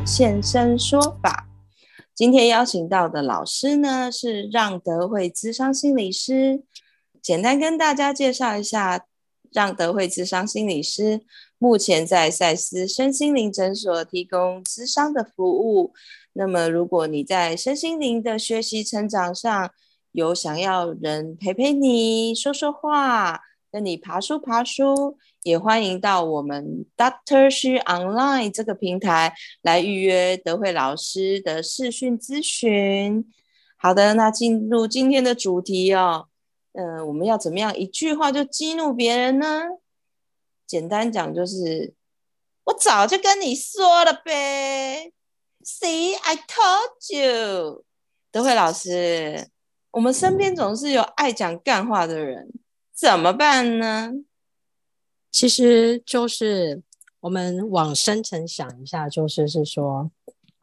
现身说法。今天邀请到的老师呢是让德惠諮商心理师，简单跟大家介绍一下，让德惠諮商心理师目前在赛斯身心灵诊所提供諮商的服务。那么如果你在身心灵的学习成长上有想要人陪陪你说说话，跟你爬书，也欢迎到我们 Dr. Shi Online 这个平台来预约德惠老师的视讯咨询。好的，那进入今天的主题哦。我们要怎么样一句话就激怒别人呢？简单讲就是我早就跟你说了呗。 See, I told you。 德惠老师，我们身边总是有爱讲干话的人，怎么办呢？ 其实就是我们往深层想一下，就是说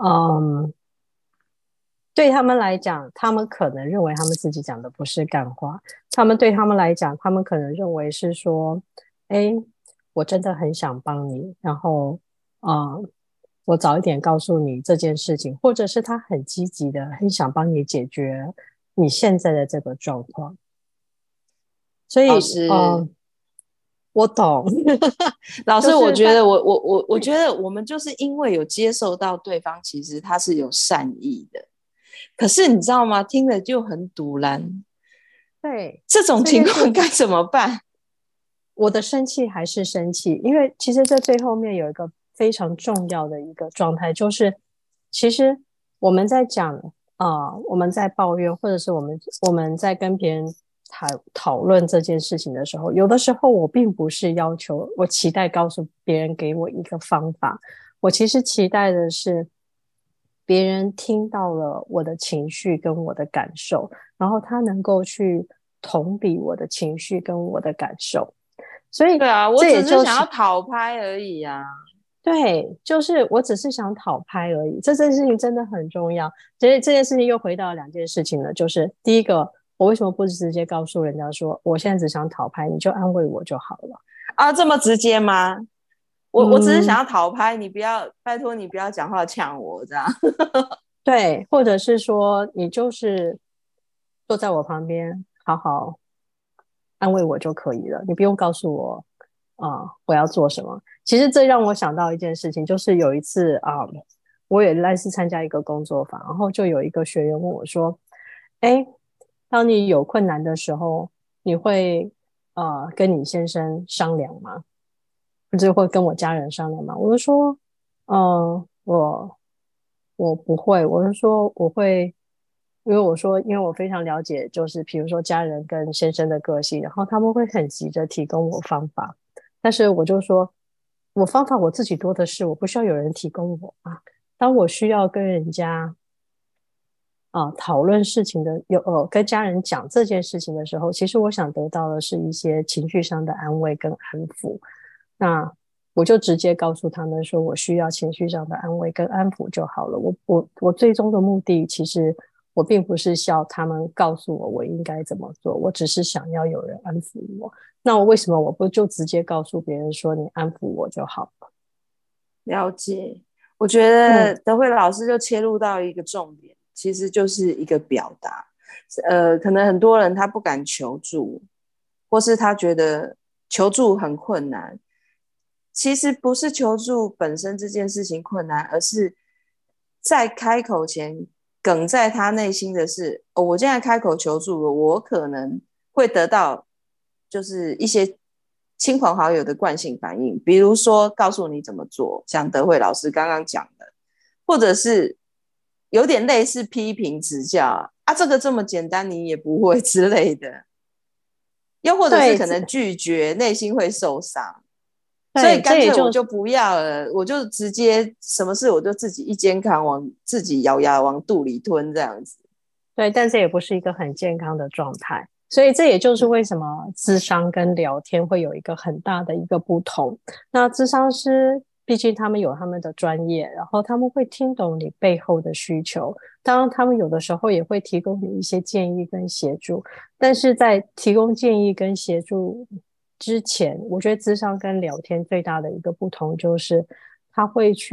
对他们来讲，他们可能认为他们自己讲的不是干话，对他们来讲，他们可能认为是说我真的很想帮你，然后我早一点告诉你这件事情，或者是他很积极的很想帮你解决你现在的这个状况。所以老师我懂老师，我觉得我觉得我们就是因为有接受到对方其实他是有善意的，可是你知道吗？听了就很堵然。 对， 这种情况该怎么办？ 我的生气还是生气，因为其实这最后面有一个非常重要的一个状态，就是其实我们在讲我们在抱怨，或者是我们在跟别人讨论这件事情的时候，有的时候我并不是要求我期待告诉别人给我一个方法，我其实期待的是别人听到了我的情绪跟我的感受，然后他能够去同理我的情绪跟我的感受。所以对啊，我只是想要讨拍而已啊。 对，就是我只是想讨拍而已，这件事情真的很重要。所以这件事情又回到两件事情了，就是第一个，我为什么不直接告诉人家说我现在只想讨拍，你就安慰我就好了啊？这么直接吗？我只是想要讨拍，你不要，拜托你不要讲话呛我这样。 对，或者是说你就是坐在我旁边好好安慰我就可以了，你不用告诉我我要做什么。其实这让我想到一件事情，就是有一次我也类似参加一个工作坊，然后就有一个学员问我说当你有困难的时候，你会跟你先生商量吗？或者会跟我家人商量吗？我就说我不会，我是说我会，因为我非常了解，就是比如说家人跟先生的个性，然后他们会很急着提供我方法，但是我就说我方法我自己多的是，我不需要有人提供我啊。当我需要跟人家讨论事情的跟家人讲这件事情的时候，其实我想得到的是一些情绪上的安慰跟安抚。那我就直接告诉他们说我需要情绪上的安慰跟安抚就好了。我最终的目的其实我并不是要他们告诉我应该怎么做，我只是想要有人安抚我。那我为什么我不就直接告诉别人说你安抚我就好了？ 了解，我觉得德惠老师就切入到一个重点，其实就是一个表达。可能很多人他不敢求助，或是他觉得求助很困难。其实不是求助本身这件事情困难，而是在开口前梗在他内心的是我现在开口求助了，我可能会得到就是一些亲朋好友的惯性反应，比如说告诉你怎么做，像德惠老师刚刚讲的，或者是有点类似批评指教这个这么简单你也不会之类的，又或者是可能拒绝，内心会受伤。所以干脆我就不要了，我就直接什么事我就自己一肩扛，往自己咬牙往肚里吞这样子。 对，但这也不是一个很健康的状态。所以这也就是为什么諮商跟聊天会有一个很大的一个不同。那諮商师毕竟他们有他们的专业，然后他们会听懂你背后的需求，当然他们有的时候也会提供你一些建议跟协助，但是在提供建议跟协助之前，我觉得諮商跟聊天最大的一个不同就是他会去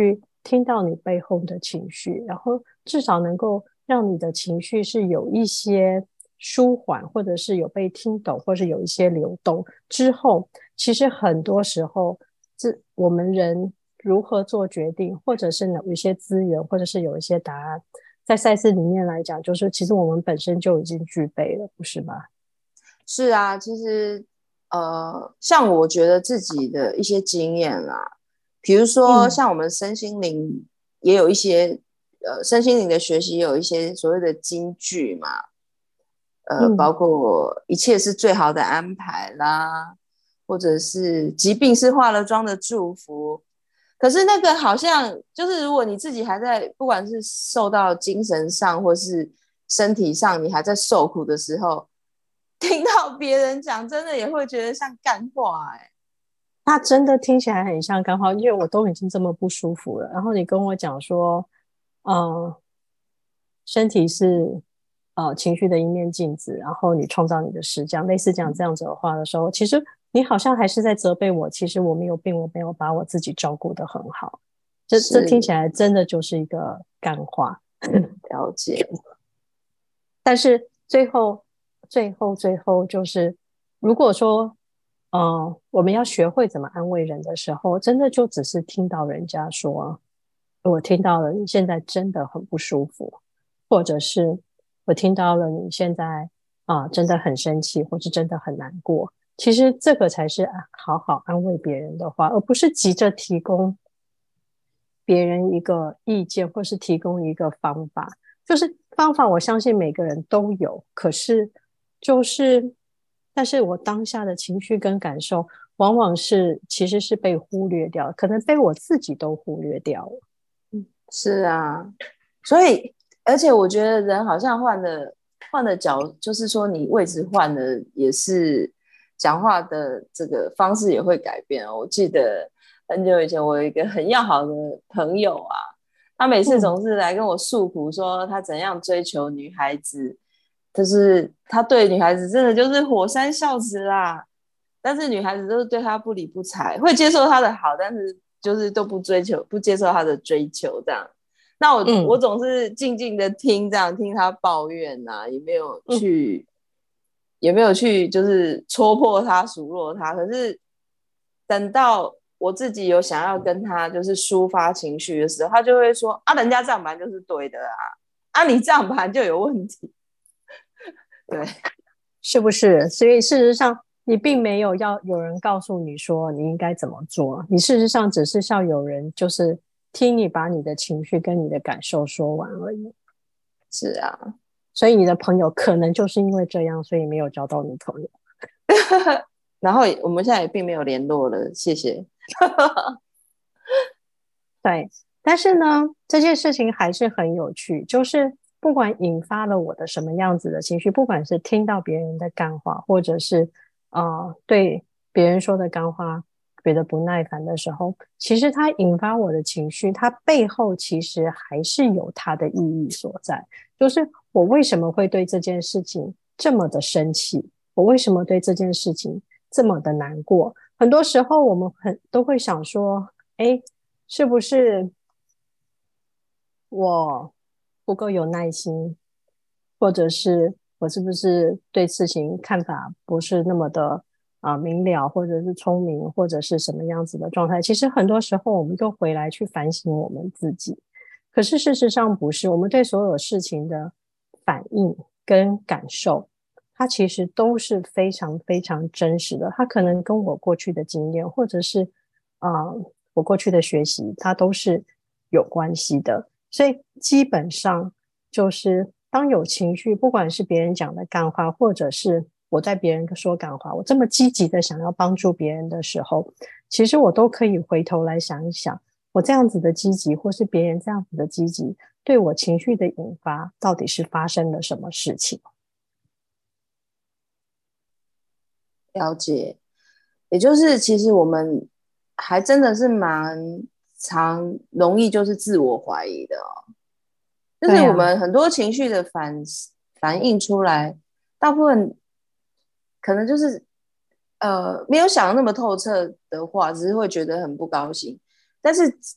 听到你背后的情绪，然后至少能够让你的情绪是有一些舒缓，或者是有被听懂，或是有一些流动之后，其实很多时候我们人如何做决定，或者是有一些资源，或者是有一些答案，在赛事里面来讲，就是其实我们本身就已经具备了，不是吗？ 是啊，其实像我觉得自己的一些经验啦，比如说嗯像我们身心灵也有一些身心灵的学习也有一些所谓的金句嘛，包嗯， 括一切是最好的安排啦，或者是疾病是化了妆的祝福。可是那个好像就是如果你自己还在不管是受到精神上或是身体上你还在受苦的时候，听到别人讲真的也会觉得像干话欸。 它真的听起来很像干话，因为我都已经这么不舒服了，然后你跟我讲说，呃，身体是情绪的一面镜子，然后你创造你的实相，类似讲这样子的话的时候，其实你好像还是在责备我，其实我没有病，我没有把我自己照顾得很好，这听起是来真的就是一个干话。 了解。 但是最后就是，如果说，我们要学会怎么安慰人的时候，真的就只是听到人家说，我听到了你现在真的很不舒服，或者是我听到了你现在真的很生气，或是真的很难过。其实这个才是好好安慰别人的话，而不是急着提供别人一个意见，或是提供一个方法。就是方法，我相信每个人都有，可是就是，但是我当下的情绪跟感受，往往其实是被忽略掉，可能被我自己都忽略掉了。 是啊，所以而且我觉得人好像换了角，就是说你位置换了，也是讲话的这个方式也会改变哦。我记得很久以前，我有一个很要好的朋友啊，他每次嗯， 总是来跟我诉苦，说他怎样追求女孩子，就是他对女孩子真的就是火山孝子啦，但是女孩子都是对他不理不睬，会接受他的好，但是就是都不追求，不接受他的追求这样。那我嗯总是静静的听，这样听他抱怨啊， 嗯， 也没有去就是戳破他、数落他。可是等到我自己有想要跟他就是抒发情绪的时候，他就会说啊，人家这样本来就是对的啊，你这样本来就有问题。对， 是不是？所以事实上，你并没有要有人告诉你说你应该怎么做，你事实上只是要有人就是听你把你的情绪跟你的感受说完而已。 是啊， 所以你的朋友可能就是因为这样，所以没有交到女朋友。 然后我们现在也并没有联络了，谢谢。 对，但是呢，这件事情还是很有趣，就是不管引发了我的什么样子的情绪，不管是听到别人的干话，或者是对别人说的干话觉得不耐烦的时候，其实它引发我的情绪，它背后其实还是有它的意义所在，就是我为什么会对这件事情这么的生气，我为什么对这件事情这么的难过？很多时候我们都会想说，哎。是不是我不够有耐心，或者是我是不是对事情看法不是那么的明了，或者是聪明，或者是什么样子的状态？其实很多时候我们都回来去反省我们自己，可是事实上不是，我们对所有事情的反应跟感受。它其实都是非常非常真实的，它可能跟我过去的经验，或者是我过去的学习，它都是有关系的。所以基本上就是当有情绪，不管是别人讲的干话，或者是我在别人说干话，我这么积极的想要帮助别人的时候，其实我都可以回头来想一想，我这样子的积极，或是别人这样子的积极，对我情绪的引发到底是发生了什么事情？ 了解。也就是其实我们还真的是蛮常容易就是自我怀疑的哦，就是我对呀、 们很多情绪的反应出来，大部分可能就是没有想那么透彻的话，只是会觉得很不高兴，但是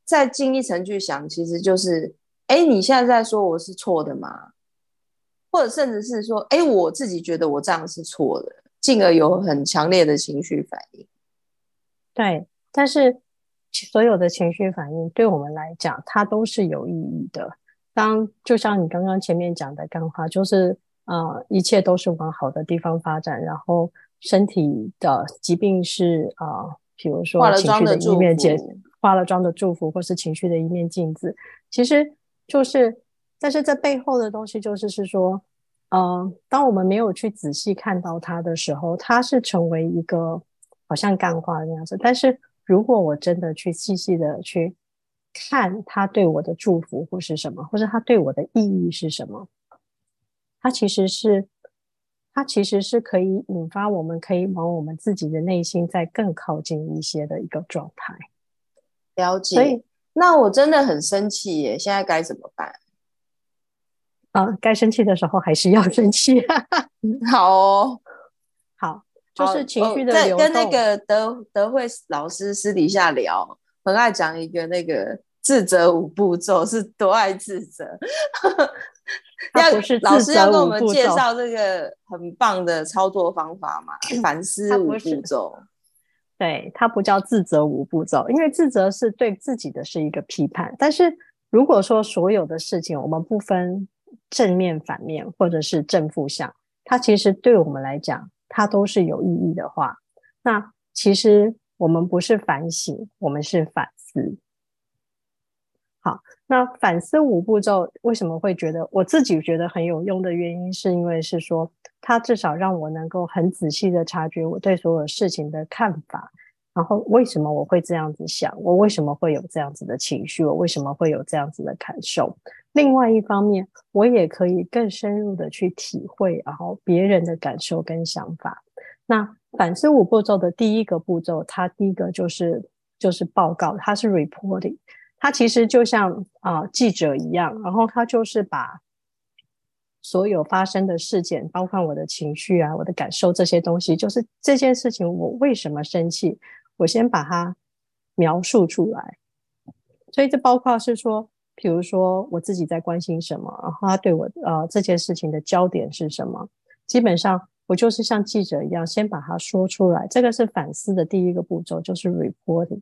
再进一层去想，其实就是你现在在说我是错的吗？或者甚至是说我自己觉得我这样是错的，进而有很强烈的情绪反应。 对，但是所有的情绪反应对我们来讲，它都是有意义的。就像你刚刚前面讲的干话，就是一切都是往好的地方发展，然后身体的疾病是比如化说情绪的了妆的祝福。 化了妆的祝福，或是情绪的一面镜子。其实就是，但是这背后的东西是说，当我们没有去仔细看到它的时候，它是成为一个好像干话那样子。但是如果我真的去细细的去看他对我的祝福或是什么，或者他对我的意义是什么，它其实是它其实是可以引发我们可以往我们自己的内心再更靠近一些的一个状态。 了解。 所以那我真的很生气耶，现在该怎么办？ 该生气的时候还是要生气。 好哦。 好，就好， 是情绪的在流动。 跟那个德惠老师私底下聊，很爱讲一个那个自责五步骤，是多爱自责。 它不是老自责师要跟我五步骤， 们介绍这个很棒的操作方法嘛？反思五它不是， 步骤。 对，它不叫自责五步骤，因为自责是对自己的是一个批判。但是如果说所有的事情我们不分正面、反面或者是正负向，它其实对我们来讲，它都是有意义的话，那其实我们不是反省，我们是反思。好，那反思五步骤为什么会觉得我自己觉得很有用的原因，是因为是说它至少让我能够很仔细的察觉我对所有事情的看法，然后为什么我会这样子想，我为什么会有这样子的情绪，我为什么会有这样子的感受。另外一方面，我也可以更深入的去体会，然后别人的感受跟想法。那反思五步骤的第一个步骤，它第一个就是报告，它是 reporting。他其实就像记者一样，然后他就是把所有发生的事件，包括我的情绪啊、我的感受这些东西，就是这件事情我为什么生气，我先把它描述出来。所以这包括是说，比如说我自己在关心什么，然后他对我这件事情的焦点是什么，基本上我就是像记者一样，先把它说出来。这个是反思的第一个步骤，就是 reporting。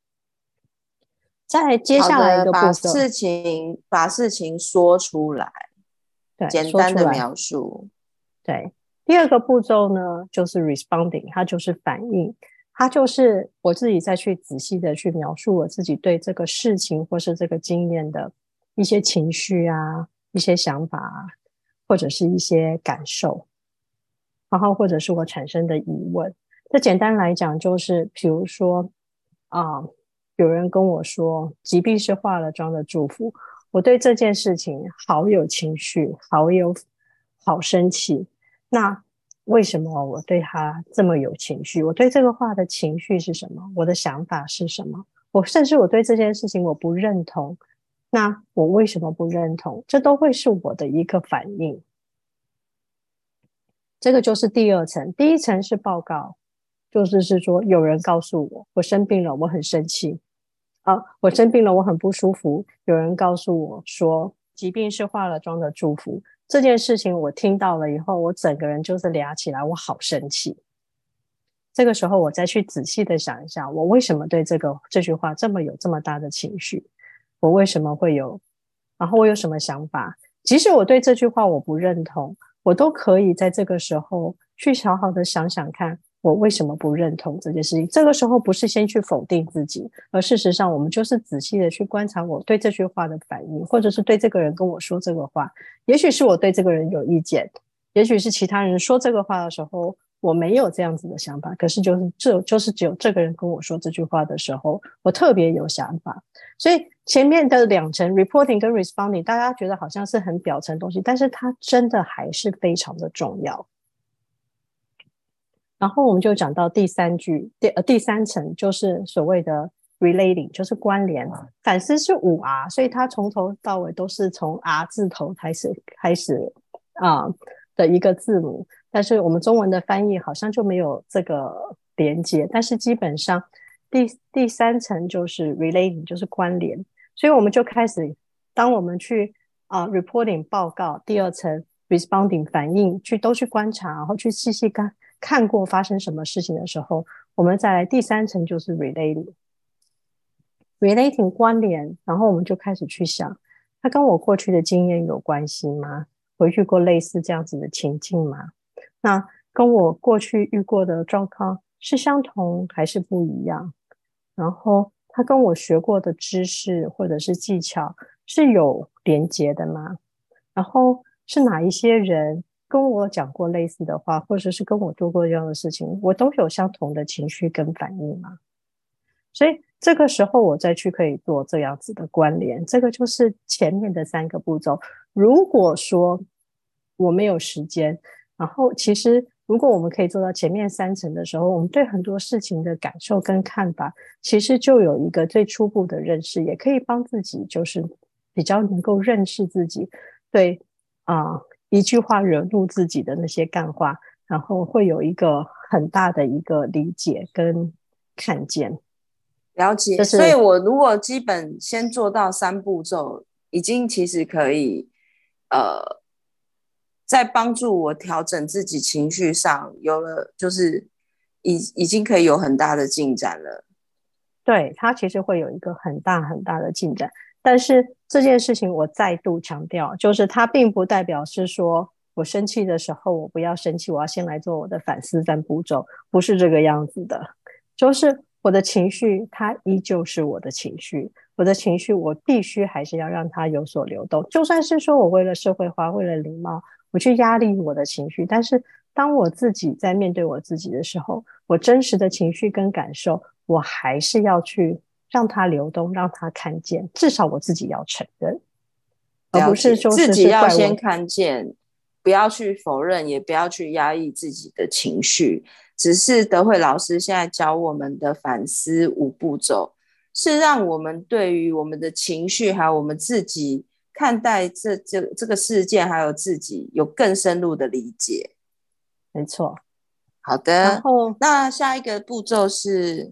再接下来一好的， 个步骤， 把事情说出来， 对， 简说出来。 单的描述。 对，第二个步骤呢，就是 responding，它就是反应，它就是我自己再去仔细的去描述我自己对这个事情或是这个经验的一些情绪啊、一些想法啊，或者是一些感受，然后或者是我产生的疑问。这简单来讲，就是比如说有人跟我说，即便是化了妆的祝福，我对这件事情好有情绪，好生气。那为什么我对他这么有情绪？我对这个话的情绪是什么？我的想法是什么？甚至我对这件事情我不认同，那我为什么不认同？这都会是我的一个反应。这个就是第二层，第一层是报告，是说有人告诉我生病了，我很生气我生病了，我很不舒服。有人告诉我说，即便是化了妆的祝福，这件事情我听到了以后，我整个人就是俩起来，我好生气。这个时候，我再去仔细的想一下，我为什么对这句话有这么大的情绪？我为什么会有？然后我有什么想法？即使我对这句话我不认同，我都可以在这个时候去好好的想想看，我为什么不认同这件事情。这个时候不是先去否定自己，而事实上我们就是仔细的去观察我对这句话的反应，或者是对这个人跟我说这个话，也许是我对这个人有意见，也许是其他人说这个话的时候我没有这样子的想法，可是就是只有这个人跟我说这句话的时候，我特别有想法。所以前面的两层 reporting 跟 responding， 大家觉得好像是很表层的东西，但是它真的还是非常的重要。然后我们就讲到第三层，就是所谓的 relating， 就是关联。反思是5R，所以它从头到尾都是从 R 字头开始的一个字母。但是我们中文的翻译好像就没有这个连接，但是基本上第三层就是 relating， 就是关联。所以我们就开始，当我们去reporting 报告，第二层 responding 反应，都去观察，然后去细细看过发生什么事情的时候，我们再来第三层就是 relating 关联，然后我们就开始去想，它跟我过去的经验有关系吗？我遇过类似这样子的情境吗？那跟我过去遇过的状况是相同还是不一样？然后它跟我学过的知识或者是技巧是有连结的吗？然后是哪一些人跟我讲过类似的话，或者是跟我做过这样的事情，我都有相同的情绪跟反应吗？所以这个时候我再去可以做这样子的关联，这个就是前面的3个步骤。如果说我没有时间，然后其实如果我们可以做到前面3层的时候，我们对很多事情的感受跟看法其实就有一个最初步的认识，也可以帮自己就是比较能够认识自己，对一句话惹怒自己的那些干话，然后会有一个很大的一个理解跟看见。 了解，所以我如果基本先做到3步骤，已经其实可以在帮助我调整自己情绪上有了，就是已经可以有很大的进展了。 对，它其实会有一个很大很大的进展，但是这件事情我再度强调，就是它并不代表是说我生气的时候我不要生气，我要先来做我的反思3步骤，不是这个样子的。就是我的情绪它依旧是我的情绪，我的情绪我必须还是要让它有所流动，就算是说我为了社会化，为了礼貌，我去压抑我的情绪，但是当我自己在面对我自己的时候，我真实的情绪跟感受我还是要去让它流动，让它看见，至少我自己要承认，而不是说自己要先是看见，不要去否认，也不要去压抑自己的情绪。只是德慧老师现在教我们的反思5步骤，是让我们对于我们的情绪还有我们自己看待这个事件还有自己有更深入的理解。 没错。 好的， 然后那下一个步骤是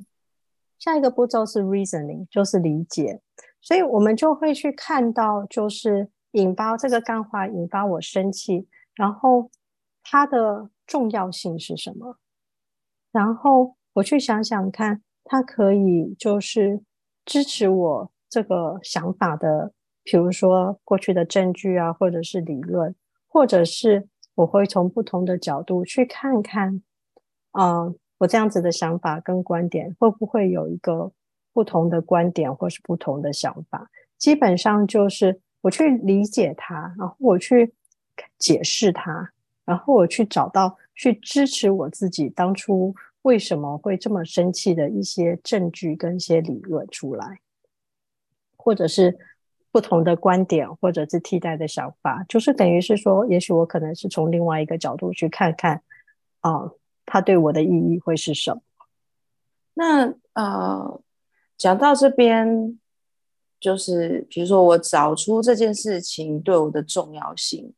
reasoning， 就是理解。所以我们就会去看到，就是引发这个干话，引发我生气，然后它的重要性是什么？然后我去想想看，它可以就是支持我这个想法的，比如说过去的证据啊，或者是理论，或者是我会从不同的角度去看看，我这样子的想法跟观点会不会有一个不同的观点或是不同的想法？基本上就是我去理解它，然后我去解释它，然后我去找到去支持我自己当初为什么会这么生气的一些证据跟一些理论出来，或者是不同的观点，或者是替代的想法，就是等于是说，也许我可能是从另外一个角度去看看它对我的意义会是什么。 那讲到这边，就是比如说我找出这件事情对我的重要性，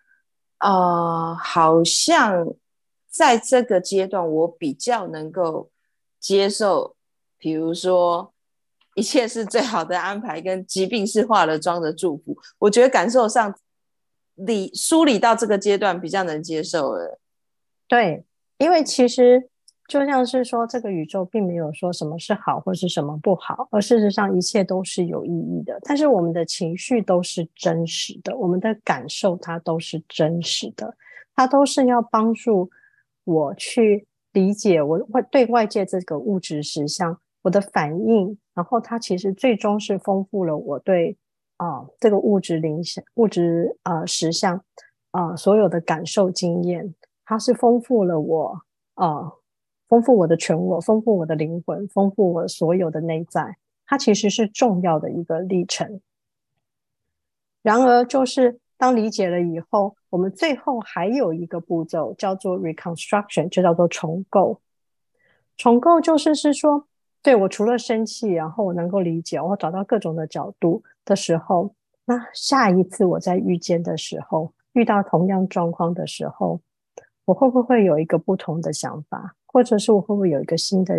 好像在这个阶段我比较能够接受，比如说一切是最好的安排，跟疾病是化了妆的祝福，我觉得感受上梳理到这个阶段比较能接受了。 对，因为其实就像是说，这个宇宙并没有说什么是好或是什么不好，而事实上一切都是有意义的。但是我们的情绪都是真实的，我们的感受它都是真实的，它都是要帮助我去理解我对外界这个物质实相我的反应，然后它其实最终是丰富了我对这个物质实相所有的感受经验。它是丰富了我，丰富我的全我，丰富我的灵魂，丰富我所有的内在。它其实是重要的一个历程。然而，就是当理解了以后，我们最后还有一个步骤叫做 reconstruction， 就叫做重构。重构就是说，对，我除了生气，然后我能够理解，我找到各种的角度的时候，那下一次我在遇见的时候，遇到同样状况的时候，我会不会有一个不同的想法，或者是我会不会有一个新的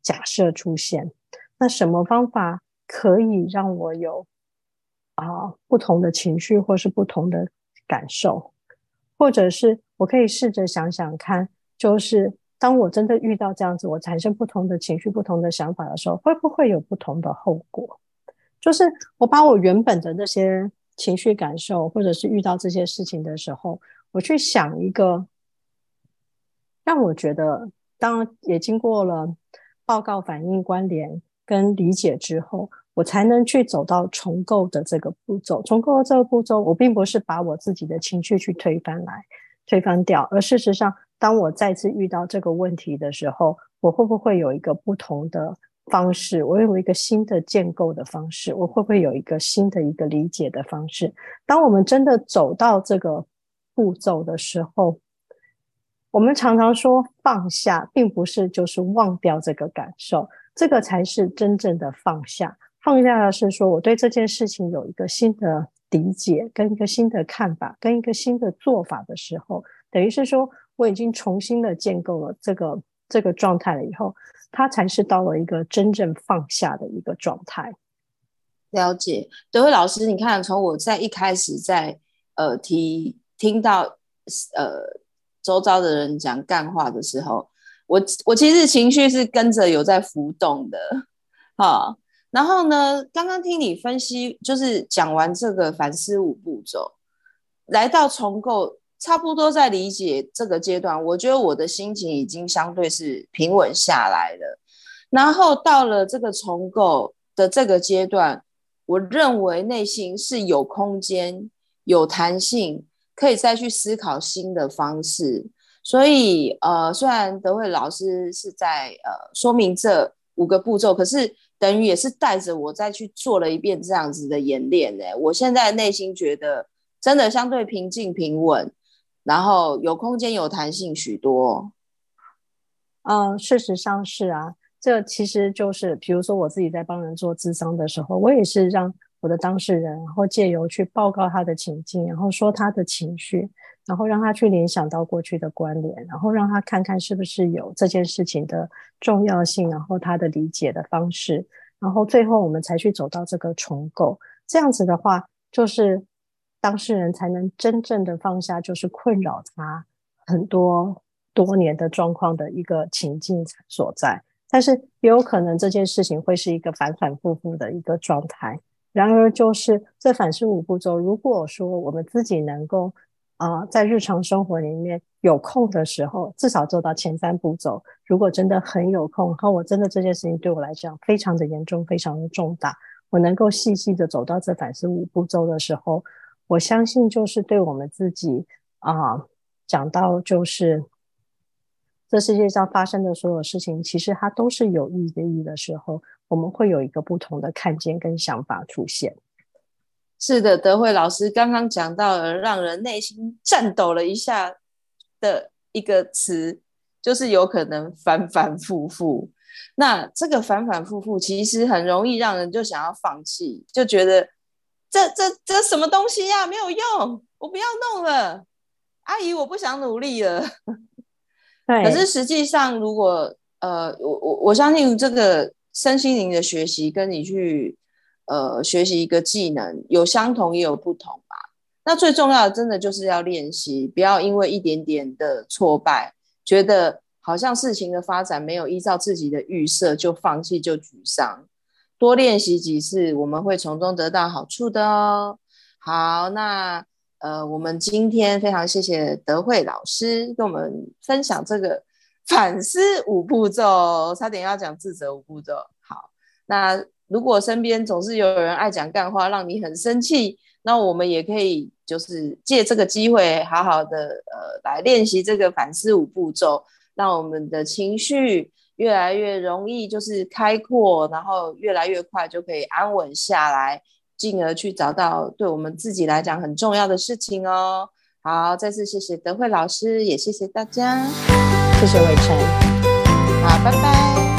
假设出现。那什么方法可以让我有不同的情绪或是不同的感受？或者是我可以试着想想看，就是当我真的遇到这样子，我产生不同的情绪、不同的想法的时候，会不会有不同的后果？就是我把我原本的那些情绪感受，或者是遇到这些事情的时候，我去想一个让我觉得，当然也经过了报告、反应、关联跟理解之后，我才能去走到重构的这个步骤。重构的这个步骤，我并不是把我自己的情绪去推翻掉，而事实上，当我再次遇到这个问题的时候，我会不会有一个不同的方式？我有一个新的建构的方式？我会不会有一个新的一个理解的方式？当我们真的走到这个步骤的时候，我们常常说放下，并不是就是忘掉这个感受，这个才是真正的放下。放下的是说我对这件事情有一个新的理解，跟一个新的看法，跟一个新的做法的时候，等于是说我已经重新的建构了这个状态了以后，它才是到了一个真正放下的一个状态。 了解，德惠老师，你看，从我在一开始在听到周遭的人讲干话的时候，我其实情绪是跟着有在浮动的，好，然后呢，刚刚听你分析，就是讲完这个反思5步骤，来到重构，差不多在理解这个阶段，我觉得我的心情已经相对是平稳下来了。然后到了这个重构的这个阶段，我认为内心是有空间、有弹性，可以再去思考新的方式。所以虽然德惠老师是在说明这5个步骤，可是等于也是带着我再去做了一遍这样子的演练。我现在内心觉得真的相对平静平稳，然后有空间有弹性许多。 事实上是啊，这其实就是比如说我自己在帮人做咨商的时候，我也是让我的当事人然后借由去报告他的情境，然后说他的情绪，然后让他去联想到过去的关联，然后让他看看是不是有这件事情的重要性，然后他的理解的方式，然后最后我们才去走到这个重构。这样子的话，就是当事人才能真正的放下就是困扰他很多年的状况的一个情境所在。但是也有可能这件事情会是一个反反复复的一个状态。然而就是这反思5步骤，如果说我们自己能够在日常生活里面有空的时候，至少做到前3步骤。如果真的很有空，然后我真的这件事情对我来讲非常的严重，非常的重大，我能够细细的走到这反思5步骤的时候，我相信就是对我们自己讲到就是这世界上发生的所有事情，其实它都是有意义的时候，我们会有一个不同的看见跟想法出现。 是的，德惠老师刚刚讲到了让人内心颤抖了一下的一个词，就是有可能反反复复。那这个反反复复其实很容易让人就想要放弃，就觉得这什么东西呀，没有用，我不要弄了，阿姨我不想努力了。可是实际上如果我相信这个身心灵的学习跟你去学习一个技能有相同也有不同嘛。那最重要的真的就是要练习，不要因为一点点的挫败，觉得好像事情的发展没有依照自己的预设就放弃就沮丧。多练习几次，我们会从中得到好处的哦。好，那我们今天非常谢谢德惠老师跟我们分享这个反思5步骤，差点要讲自责5步骤。好，那如果身边总是有人爱讲干话，让你很生气，那我们也可以就是借这个机会，好好的来练习这个反思5步骤，让我们的情绪越来越容易就是开阔，然后越来越快就可以安稳下来，进而去找到对我们自己来讲很重要的事情哦。好，再次谢谢德惠老师，也谢谢大家， 谢谢伟成， 好，拜拜。